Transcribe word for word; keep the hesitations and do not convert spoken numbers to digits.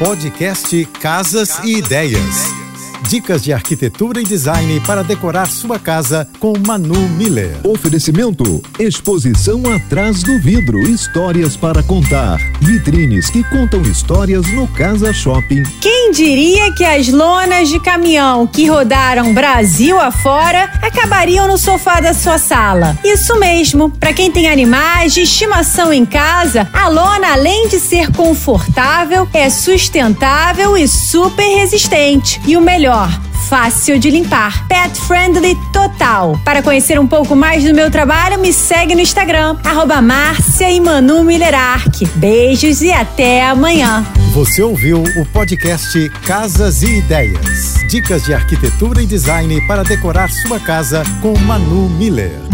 Podcast Casas e Ideias. Dicas de arquitetura e design para decorar sua casa com Manu Miller. Oferecimento: exposição atrás do vidro, histórias para contar. Vitrines que contam histórias no Casa Shopping. Quem diria que as lonas de caminhão que rodaram Brasil afora acabariam no sofá da sua sala? Isso mesmo, para quem tem animais de estimação em casa, a lona, além de ser confortável, é sustentável e super resistente. E o melhor, fácil de limpar. Pet friendly total. Para conhecer um pouco mais do meu trabalho, me segue no Instagram, arroba Márcia e Manu Millerark. Beijos e até amanhã. Você ouviu o podcast Casas e Ideias. Dicas de arquitetura e design para decorar sua casa com Manu Miller.